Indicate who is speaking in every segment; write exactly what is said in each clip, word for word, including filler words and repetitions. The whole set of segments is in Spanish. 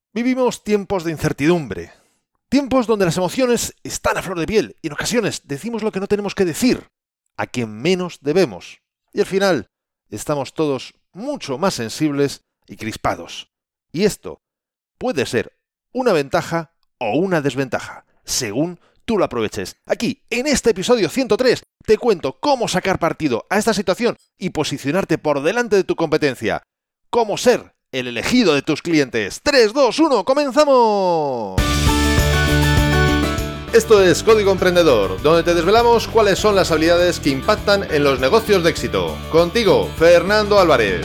Speaker 1: Vivimos tiempos de incertidumbre, tiempos donde las emociones están a flor de piel y en ocasiones decimos lo que no tenemos que decir, a quien menos debemos. Y al final estamos todos mucho más sensibles y crispados. Y esto puede ser una ventaja o una desventaja, según tú lo aproveches. Aquí, en este episodio ciento tres, te cuento cómo sacar partido a esta situación y posicionarte por delante de tu competencia. Cómo ser el elegido de tus clientes. tres, dos, uno, ¡comenzamos! Esto es Código Emprendedor, donde te desvelamos cuáles son las habilidades que impactan en los negocios de éxito. Contigo, Fernando Álvarez.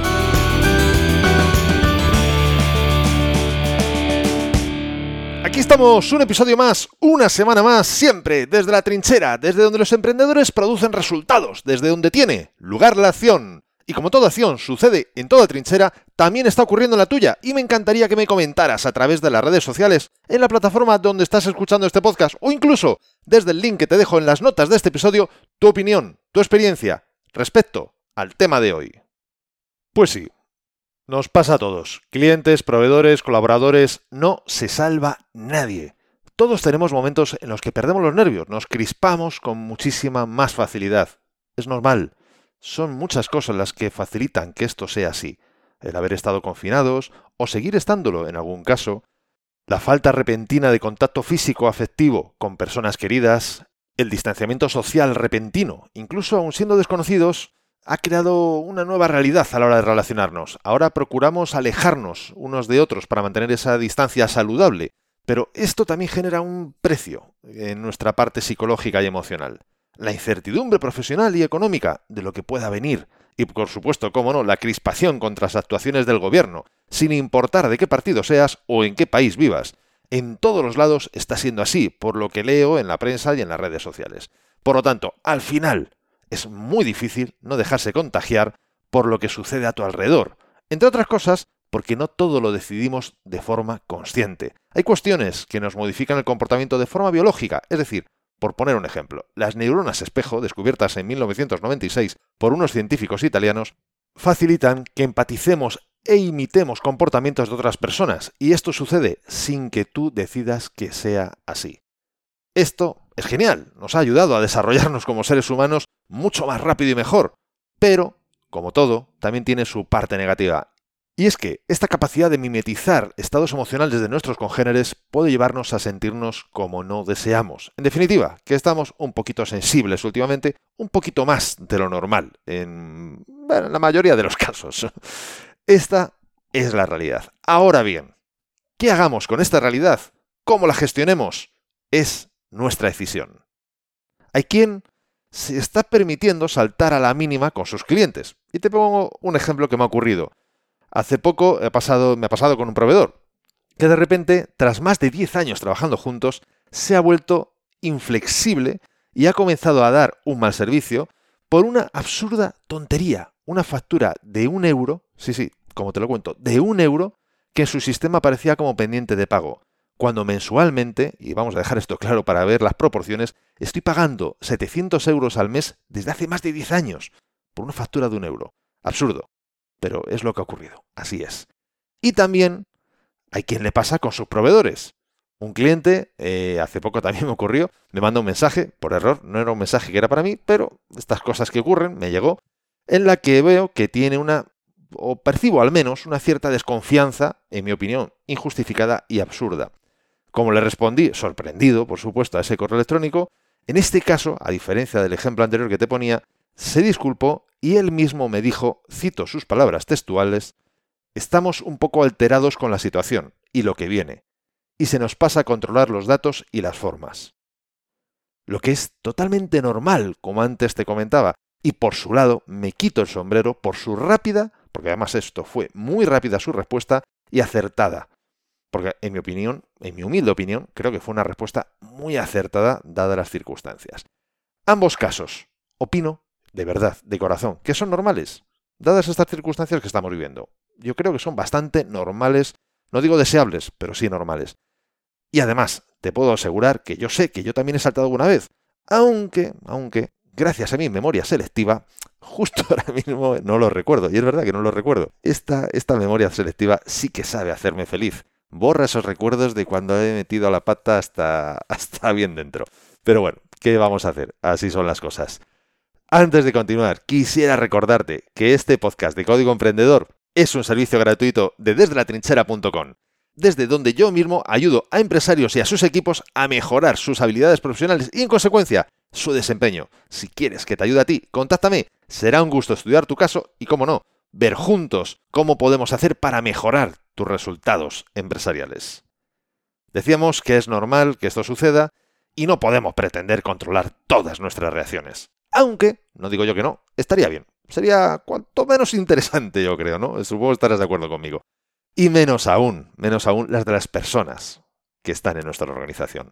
Speaker 1: Aquí estamos, un episodio más, una semana más, siempre desde la trinchera, desde donde los emprendedores producen resultados, desde donde tiene lugar la acción. Y como toda acción sucede en toda trinchera, también está ocurriendo en la tuya, y me encantaría que me comentaras a través de las redes sociales, en la plataforma donde estás escuchando este podcast, o incluso desde el link que te dejo en las notas de este episodio, tu opinión, tu experiencia respecto al tema de hoy. Pues sí, nos pasa a todos. Clientes, proveedores, colaboradores, no se salva nadie. Todos tenemos momentos en los que perdemos los nervios, nos crispamos con muchísima más facilidad. Es normal. Son muchas cosas las que facilitan que esto sea así. El haber estado confinados, o seguir estándolo en algún caso, la falta repentina de contacto físico afectivo con personas queridas, el distanciamiento social repentino, incluso aun siendo desconocidos, ha creado una nueva realidad a la hora de relacionarnos. Ahora procuramos alejarnos unos de otros para mantener esa distancia saludable, pero esto también genera un precio en nuestra parte psicológica y emocional. La incertidumbre profesional y económica de lo que pueda venir y, por supuesto, cómo no, la crispación contra las actuaciones del gobierno, sin importar de qué partido seas o en qué país vivas. En todos los lados está siendo así, por lo que leo en la prensa y en las redes sociales. Por lo tanto, al final, es muy difícil no dejarse contagiar por lo que sucede a tu alrededor. Entre otras cosas, porque no todo lo decidimos de forma consciente. Hay cuestiones que nos modifican el comportamiento de forma biológica, es decir, por poner un ejemplo, las neuronas espejo, descubiertas en mil novecientos noventa y seis por unos científicos italianos, facilitan que empaticemos e imitemos comportamientos de otras personas, y esto sucede sin que tú decidas que sea así. Esto es genial, nos ha ayudado a desarrollarnos como seres humanos mucho más rápido y mejor, pero, como todo, también tiene su parte negativa. Y es que esta capacidad de mimetizar estados emocionales de nuestros congéneres puede llevarnos a sentirnos como no deseamos. En definitiva, que estamos un poquito sensibles últimamente, un poquito más de lo normal, en, bueno, en la mayoría de los casos. Esta es la realidad. Ahora bien, ¿qué hagamos con esta realidad? ¿Cómo la gestionemos? Es nuestra decisión. Hay quien se está permitiendo saltar a la mínima con sus clientes. Y te pongo un ejemplo que me ha ocurrido. Hace poco he pasado, me ha pasado con un proveedor, que de repente, tras más de diez años trabajando juntos, se ha vuelto inflexible y ha comenzado a dar un mal servicio por una absurda tontería, una factura de un euro, sí, sí, como te lo cuento, de un euro, que en su sistema aparecía como pendiente de pago, cuando mensualmente, y vamos a dejar esto claro para ver las proporciones, estoy pagando setecientos euros al mes desde hace más de diez años, por una factura de un euro. Absurdo. Pero es lo que ha ocurrido, así es. Y también hay quien le pasa con sus proveedores. Un cliente, eh, hace poco también me ocurrió, me manda un mensaje, por error, no era un mensaje que era para mí, pero estas cosas que ocurren, me llegó, en la que veo que tiene una, o percibo al menos, una cierta desconfianza, en mi opinión, injustificada y absurda. Como le respondí, sorprendido, por supuesto, a ese correo electrónico, en este caso, a diferencia del ejemplo anterior que te ponía, se disculpó y él mismo me dijo, cito sus palabras textuales, estamos un poco alterados con la situación y lo que viene, y se nos pasa a controlar los datos y las formas. Lo que es totalmente normal, como antes te comentaba, y por su lado me quito el sombrero por su rápida, porque además esto fue muy rápida su respuesta y acertada, porque en mi opinión, en mi humilde opinión, creo que fue una respuesta muy acertada dadas las circunstancias. Ambos casos, opino, de verdad, de corazón, que son normales, dadas estas circunstancias que estamos viviendo. Yo creo que son bastante normales, no digo deseables, pero sí normales. Y además, te puedo asegurar que yo sé que yo también he saltado alguna vez, aunque, aunque, gracias a mi memoria selectiva, justo ahora mismo no lo recuerdo, y es verdad que no lo recuerdo. Esta, esta memoria selectiva sí que sabe hacerme feliz. borra esos recuerdos de cuando he metido la pata hasta, hasta bien dentro. Pero bueno, ¿qué vamos a hacer? Así son las cosas. Antes de continuar, quisiera recordarte que este podcast de Código Emprendedor es un servicio gratuito de desde la trinchera punto com, desde donde yo mismo ayudo a empresarios y a sus equipos a mejorar sus habilidades profesionales y, en consecuencia, su desempeño. Si quieres que te ayude a ti, contáctame. Será un gusto estudiar tu caso y, cómo no, ver juntos cómo podemos hacer para mejorar tus resultados empresariales. Decíamos que es normal que esto suceda y no podemos pretender controlar todas nuestras reacciones. Aunque, no digo yo que no, estaría bien. Sería cuanto menos interesante, yo creo, ¿no? Supongo que estarás de acuerdo conmigo. Y menos aún, menos aún las de las personas que están en nuestra organización.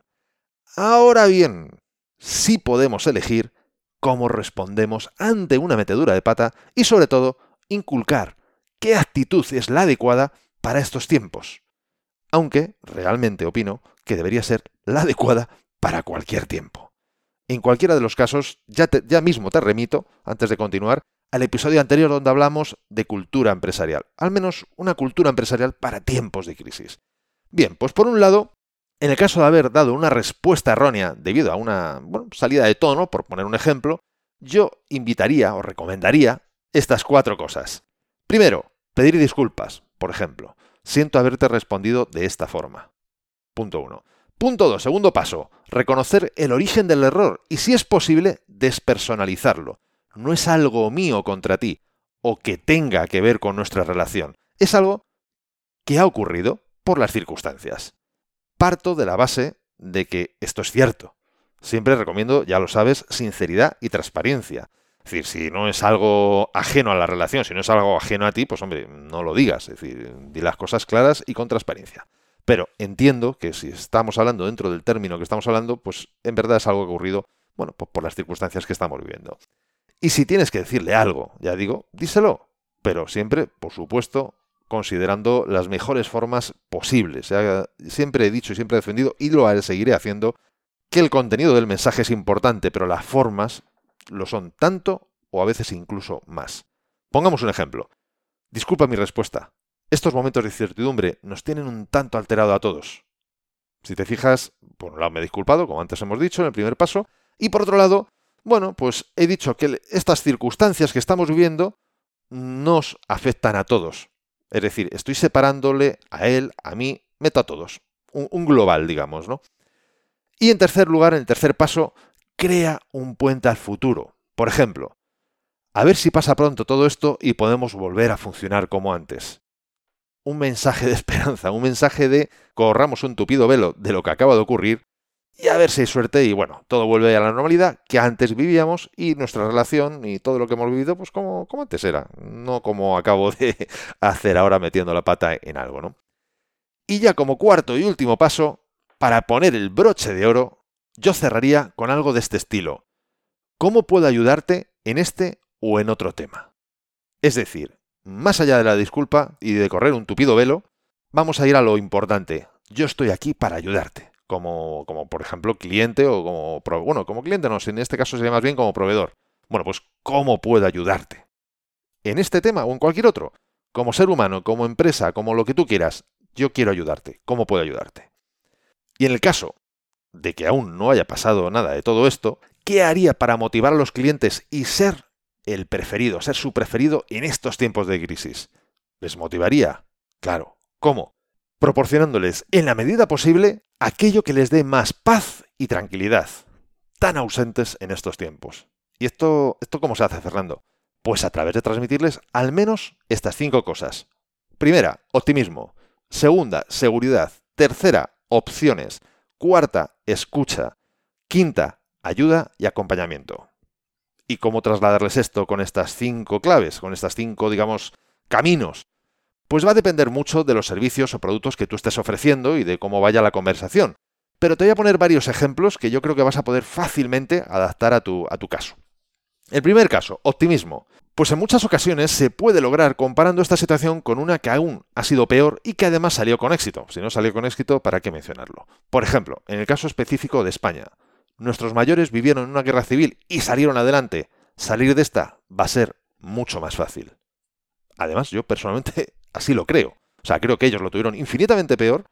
Speaker 1: Ahora bien, sí podemos elegir cómo respondemos ante una metedura de pata y, sobre todo, inculcar qué actitud es la adecuada para estos tiempos. Aunque realmente opino que debería ser la adecuada para cualquier tiempo. En cualquiera de los casos, ya, te, ya mismo te remito, antes de continuar, al episodio anterior donde hablamos de cultura empresarial. Al menos una cultura empresarial para tiempos de crisis. Bien, pues por un lado, en el caso de haber dado una respuesta errónea debido a una bueno, salida de tono, por poner un ejemplo, yo invitaría o recomendaría estas cuatro cosas. Primero, pedir disculpas. Por ejemplo, siento haberte respondido de esta forma. Punto uno. Punto dos. Segundo paso, reconocer el origen del error y, si es posible, despersonalizarlo. No es algo mío contra ti o que tenga que ver con nuestra relación. Es algo que ha ocurrido por las circunstancias. Parto de la base de que esto es cierto. Siempre recomiendo, ya lo sabes, sinceridad y transparencia. Es decir, si no es algo ajeno a la relación, si no es algo ajeno a ti, pues hombre, no lo digas. Es decir, di las cosas claras y con transparencia. Pero entiendo que si estamos hablando dentro del término que estamos hablando, pues en verdad es algo que ha ocurrido, bueno, pues por las circunstancias que estamos viviendo. Y si tienes que decirle algo, ya digo, díselo. Pero siempre, por supuesto, considerando las mejores formas posibles. Ya siempre he dicho y siempre he defendido, y lo seguiré haciendo, que el contenido del mensaje es importante, pero las formas lo son tanto o a veces incluso más. Pongamos un ejemplo. Disculpa mi respuesta. Estos momentos de incertidumbre nos tienen un tanto alterado a todos. Si te fijas, por un lado me he disculpado, como antes hemos dicho, en el primer paso, y por otro lado, bueno, pues he dicho que estas circunstancias que estamos viviendo nos afectan a todos. Es decir, estoy separándole a él, a mí, meto a todos. Un, un global, digamos, ¿no? Y en tercer lugar, en el tercer paso, crea un puente al futuro. Por ejemplo, a ver si pasa pronto todo esto y podemos volver a funcionar como antes. Un mensaje de esperanza, un mensaje de corramos un tupido velo de lo que acaba de ocurrir y a ver si hay suerte y bueno, todo vuelve a la normalidad que antes vivíamos y nuestra relación y todo lo que hemos vivido pues como, como antes era, no como acabo de hacer ahora metiendo la pata en algo, ¿no? Y ya como cuarto y último paso, para poner el broche de oro, yo cerraría con algo de este estilo. ¿Cómo puedo ayudarte en este o en otro tema? Es decir, más allá de la disculpa y de correr un tupido velo, vamos a ir a lo importante. Yo estoy aquí para ayudarte, como, como por ejemplo cliente o como... Bueno, como cliente no, en este caso sería más bien como proveedor. Bueno, pues ¿cómo puedo ayudarte? En este tema o en cualquier otro. Como ser humano, como empresa, como lo que tú quieras, yo quiero ayudarte. ¿Cómo puedo ayudarte? Y en el caso de que aún no haya pasado nada de todo esto, ¿qué haría para motivar a los clientes y ser el preferido, ser su preferido en estos tiempos de crisis? ¿Les motivaría? Claro. ¿Cómo? Proporcionándoles, en la medida posible, aquello que les dé más paz y tranquilidad, tan ausentes en estos tiempos. ¿Y esto, esto cómo se hace, Fernando? Pues a través de transmitirles al menos estas cinco cosas. Primera, optimismo. Segunda, seguridad. Tercera, opciones. Cuarta, escucha. Quinta, ayuda y acompañamiento. ¿Y cómo trasladarles esto con estas cinco claves, con estas cinco, digamos, caminos? Pues va a depender mucho de los servicios o productos que tú estés ofreciendo y de cómo vaya la conversación. Pero te voy a poner varios ejemplos que yo creo que vas a poder fácilmente adaptar a tu, a tu caso. El primer caso, optimismo. Pues en muchas ocasiones se puede lograr comparando esta situación con una que aún ha sido peor y que además salió con éxito. Si no salió con éxito, ¿para qué mencionarlo? Por ejemplo, en el caso específico de España. Nuestros mayores vivieron en una guerra civil y salieron adelante. Salir de esta va a ser mucho más fácil. Además, yo personalmente así lo creo. O sea, creo que ellos lo tuvieron infinitamente peor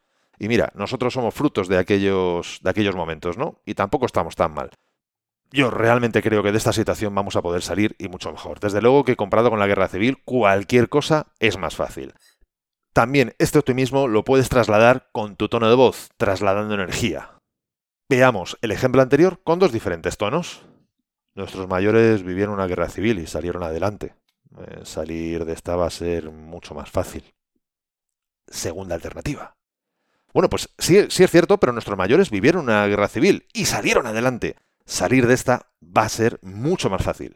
Speaker 1: Y mira, nosotros somos frutos de aquellos, de aquellos momentos, ¿no? Y tampoco estamos tan mal. Yo realmente creo que de esta situación vamos a poder salir y mucho mejor. Desde luego que comparado con la guerra civil, cualquier cosa es más fácil. También este optimismo lo puedes trasladar con tu tono de voz, trasladando energía. Veamos el ejemplo anterior con dos diferentes tonos. Nuestros mayores vivieron una guerra civil y salieron adelante. Eh, salir de esta va a ser mucho más fácil. Segunda alternativa. Bueno, pues sí, sí es cierto, pero nuestros mayores vivieron una guerra civil y salieron adelante. Salir de esta va a ser mucho más fácil.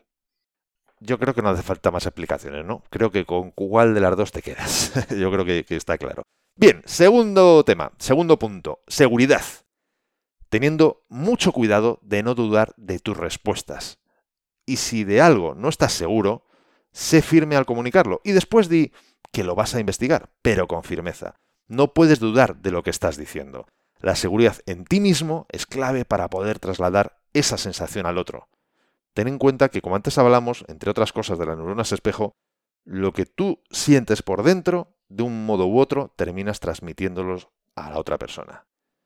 Speaker 1: Yo creo que no hace falta más explicaciones, ¿no? Creo que con cuál de las dos te quedas. Yo creo que, que está claro. Bien, segundo tema, segundo punto, seguridad. Teniendo mucho cuidado de no dudar de tus respuestas. Y si de algo no estás seguro, sé firme al comunicarlo y después di que lo vas a investigar, pero con firmeza. No puedes dudar de lo que estás diciendo. La seguridad en ti mismo es clave para poder trasladar esa sensación al otro. Ten en cuenta que, como antes hablamos, entre otras cosas de las neuronas espejo, lo que tú sientes por dentro, de un modo u otro, terminas transmitiéndolos a la otra persona.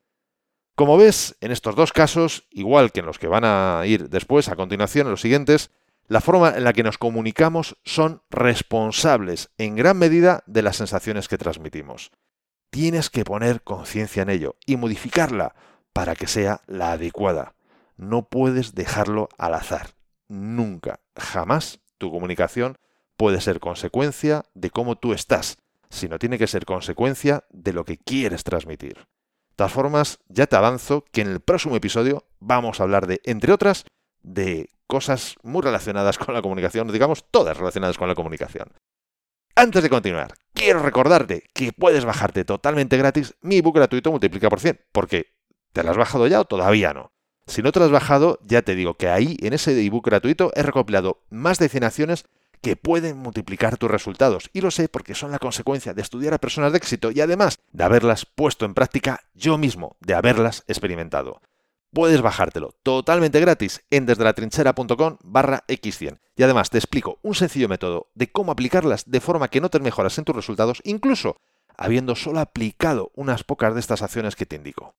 Speaker 1: Como ves, en estos dos casos, igual que en los que van a ir después, a continuación, en los siguientes, la forma en la que nos comunicamos son responsables en gran medida de las sensaciones que transmitimos. Tienes que poner conciencia en ello y modificarla para que sea la adecuada. No puedes dejarlo al azar. Nunca, jamás tu comunicación puede ser consecuencia de cómo tú estás, sino tiene que ser consecuencia de lo que quieres transmitir. De todas formas, ya te avanzo que en el próximo episodio vamos a hablar de, entre otras, de cosas muy relacionadas con la comunicación, digamos, todas relacionadas con la comunicación. Antes de continuar, quiero recordarte que puedes bajarte totalmente gratis mi ebook gratuito Multiplica por cien, porque ¿te lo has bajado ya o todavía no? Si no te lo has bajado, ya te digo que ahí, en ese ebook gratuito, he recopilado más de cien acciones que pueden multiplicar tus resultados. Y lo sé porque son la consecuencia de estudiar a personas de éxito y además de haberlas puesto en práctica yo mismo, de haberlas experimentado. Puedes bajártelo totalmente gratis en desde la trinchera punto com barra equis cien. Y además te explico un sencillo método de cómo aplicarlas de forma que notes mejoras en tus resultados, incluso habiendo solo aplicado unas pocas de estas acciones que te indico.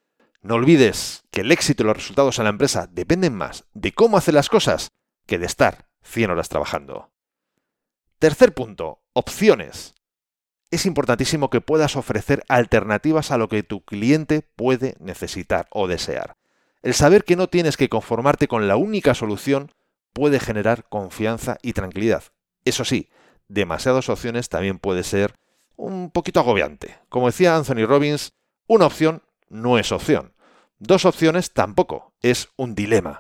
Speaker 1: No olvides que el éxito y los resultados en la empresa dependen más de cómo hacer las cosas que de estar cien horas trabajando. Tercer punto, opciones. Es importantísimo que puedas ofrecer alternativas a lo que tu cliente puede necesitar o desear. El saber que no tienes que conformarte con la única solución puede generar confianza y tranquilidad. Eso sí, demasiadas opciones también puede ser un poquito agobiante. Como decía Anthony Robbins, una opción no es opción. Dos opciones tampoco, es un dilema.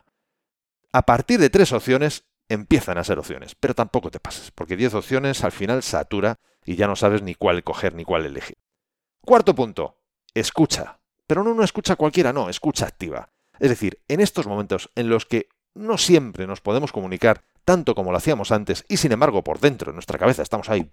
Speaker 1: A partir de tres opciones empiezan a ser opciones, pero tampoco te pases, porque diez opciones al final satura y ya no sabes ni cuál coger ni cuál elegir. Cuarto punto, escucha. Pero no una escucha cualquiera, no, escucha activa. Es decir, en estos momentos en los que no siempre nos podemos comunicar tanto como lo hacíamos antes y sin embargo por dentro, en nuestra cabeza, estamos ahí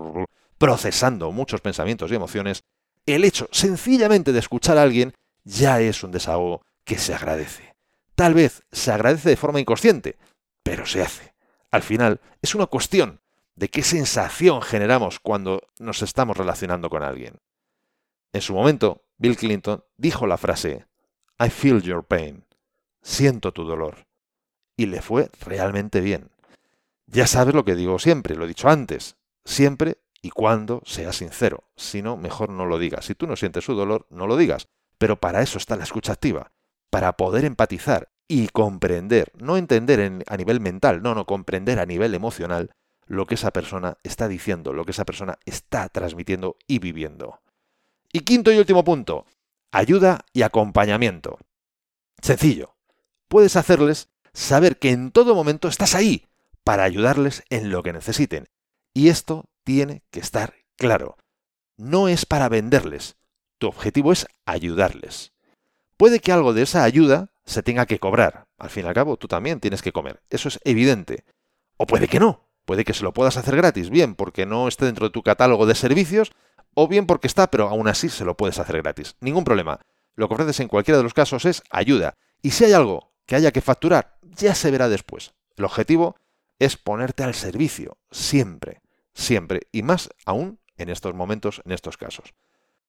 Speaker 1: procesando muchos pensamientos y emociones, el hecho sencillamente de escuchar a alguien ya es un desahogo que se agradece. Tal vez se agradece de forma inconsciente, pero se hace. Al final es una cuestión de qué sensación generamos cuando nos estamos relacionando con alguien. En su momento, Bill Clinton dijo la frase I feel your pain, siento tu dolor, y le fue realmente bien. Ya sabes lo que digo siempre, lo he dicho antes, siempre y cuando seas sincero, si no, mejor no lo digas. Si tú no sientes su dolor, no lo digas, pero para eso está la escucha activa, para poder empatizar y comprender, no entender en, a nivel mental, no, no, comprender a nivel emocional lo que esa persona está diciendo, lo que esa persona está transmitiendo y viviendo. Y quinto y último punto, ayuda y acompañamiento. Sencillo, puedes hacerles saber que en todo momento estás ahí para ayudarles en lo que necesiten. Y esto tiene que estar claro. No es para venderles, tu objetivo es ayudarles. Puede que algo de esa ayuda se tenga que cobrar. Al fin y al cabo, tú también tienes que comer. Eso es evidente. O puede que no. Puede que se lo puedas hacer gratis, bien porque no esté dentro de tu catálogo de servicios, o bien porque está, pero aún así se lo puedes hacer gratis. Ningún problema. Lo que ofreces en cualquiera de los casos es ayuda. Y si hay algo que haya que facturar, ya se verá después. El objetivo es ponerte al servicio. Siempre. Siempre. Y más aún en estos momentos, en estos casos.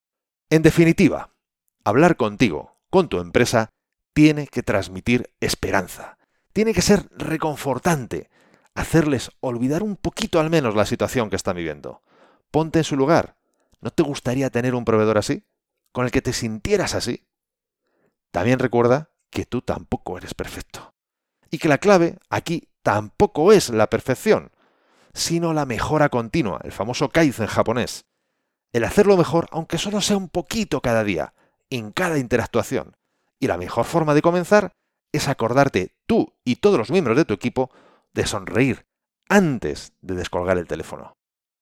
Speaker 1: En definitiva, hablar contigo, con tu empresa, tiene que transmitir esperanza. Tiene que ser reconfortante, hacerles olvidar un poquito al menos la situación que están viviendo. Ponte en su lugar. ¿No te gustaría tener un proveedor así? ¿Con el que te sintieras así? También recuerda que tú tampoco eres perfecto. Y que la clave aquí tampoco es la perfección, sino la mejora continua, el famoso kaizen japonés. El hacerlo mejor, aunque solo sea un poquito cada día, en cada interactuación. Y la mejor forma de comenzar es acordarte tú y todos los miembros de tu equipo de sonreír antes de descolgar el teléfono.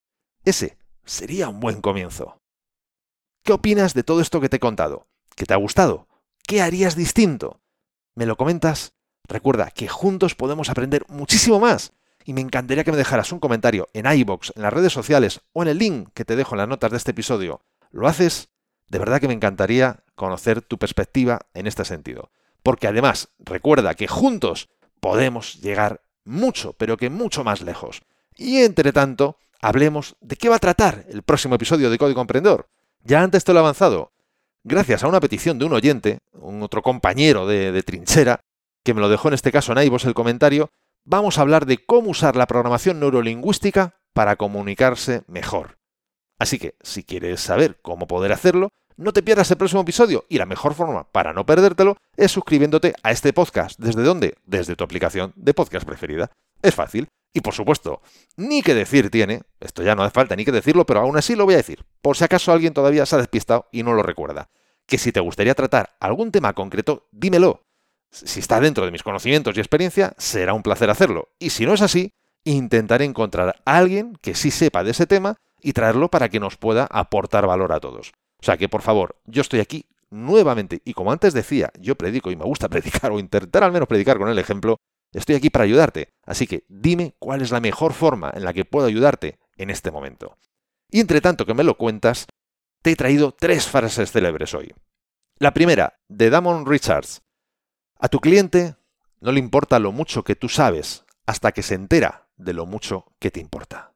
Speaker 1: Ese sería un buen comienzo. ¿Qué opinas de todo esto que te he contado? ¿Qué te ha gustado? ¿Qué harías distinto? ¿Me lo comentas? Recuerda que juntos podemos aprender muchísimo más y me encantaría que me dejaras un comentario en iVoox, en las redes sociales o en el link que te dejo en las notas de este episodio. ¿Lo haces? De verdad que me encantaría conocer tu perspectiva en este sentido. Porque además, recuerda que juntos podemos llegar mucho, pero que mucho más lejos. Y entre tanto, hablemos de qué va a tratar el próximo episodio de Código Emprendedor. Ya antes te lo he avanzado. Gracias a una petición de un oyente, un otro compañero de, de trinchera, que me lo dejó en este caso en iVoox el comentario, vamos a hablar de cómo usar la programación neurolingüística para comunicarse mejor. Así que, si quieres saber cómo poder hacerlo, no te pierdas el próximo episodio y la mejor forma para no perdértelo es suscribiéndote a este podcast. ¿Desde dónde? Desde tu aplicación de podcast preferida. Es fácil. Y por supuesto, ni que decir tiene, esto ya no hace falta ni que decirlo, pero aún así lo voy a decir, por si acaso alguien todavía se ha despistado y no lo recuerda, que si te gustaría tratar algún tema concreto, dímelo. Si está dentro de mis conocimientos y experiencia, será un placer hacerlo. Y si no es así, intentaré encontrar a alguien que sí sepa de ese tema y traerlo para que nos pueda aportar valor a todos. O sea que, por favor, yo estoy aquí nuevamente, y como antes decía, yo predico y me gusta predicar, o intentar al menos predicar con el ejemplo, estoy aquí para ayudarte. Así que dime cuál es la mejor forma en la que puedo ayudarte en este momento. Y entre tanto que me lo cuentas, te he traído tres frases célebres hoy. La primera, de Damon Richards. A tu cliente no le importa lo mucho que tú sabes hasta que se entera de lo mucho que te importa.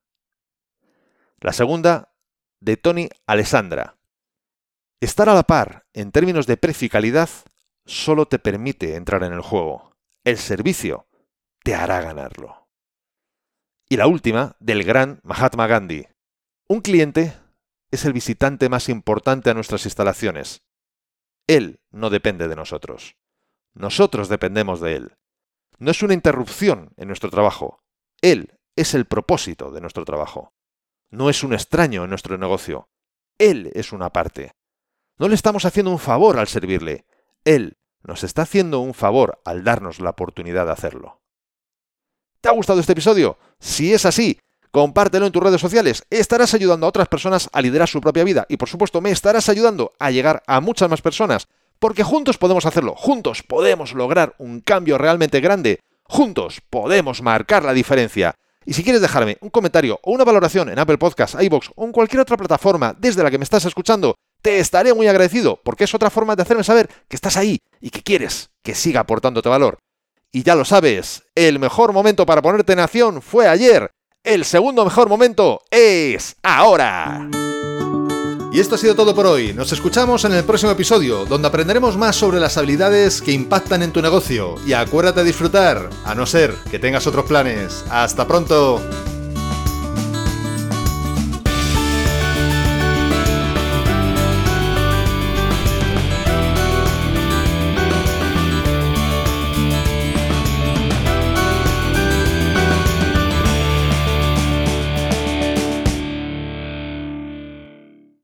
Speaker 1: La segunda, de Tony Alessandra. Estar a la par en términos de precio y calidad solo te permite entrar en el juego. El servicio te hará ganarlo. Y la última, del gran Mahatma Gandhi. Un cliente es el visitante más importante a nuestras instalaciones. Él no depende de nosotros. Nosotros dependemos de él. No es una interrupción en nuestro trabajo. Él es el propósito de nuestro trabajo. No es un extraño en nuestro negocio. Él es una parte. No le estamos haciendo un favor al servirle. Él nos está haciendo un favor al darnos la oportunidad de hacerlo. ¿Te ha gustado este episodio? Si es así, compártelo en tus redes sociales. Estarás ayudando a otras personas a liderar su propia vida y, por supuesto, me estarás ayudando a llegar a muchas más personas. Porque juntos podemos hacerlo. Juntos podemos lograr un cambio realmente grande. Juntos podemos marcar la diferencia. Y si quieres dejarme un comentario o una valoración en Apple Podcasts, iVoox o en cualquier otra plataforma desde la que me estás escuchando, te estaré muy agradecido, porque es otra forma de hacerme saber que estás ahí y que quieres que siga aportándote valor. Y ya lo sabes, el mejor momento para ponerte en acción fue ayer. El segundo mejor momento es ahora. Y esto ha sido todo por hoy. Nos escuchamos en el próximo episodio, donde aprenderemos más sobre las habilidades que impactan en tu negocio. Y acuérdate de disfrutar, a no ser que tengas otros planes. ¡Hasta pronto!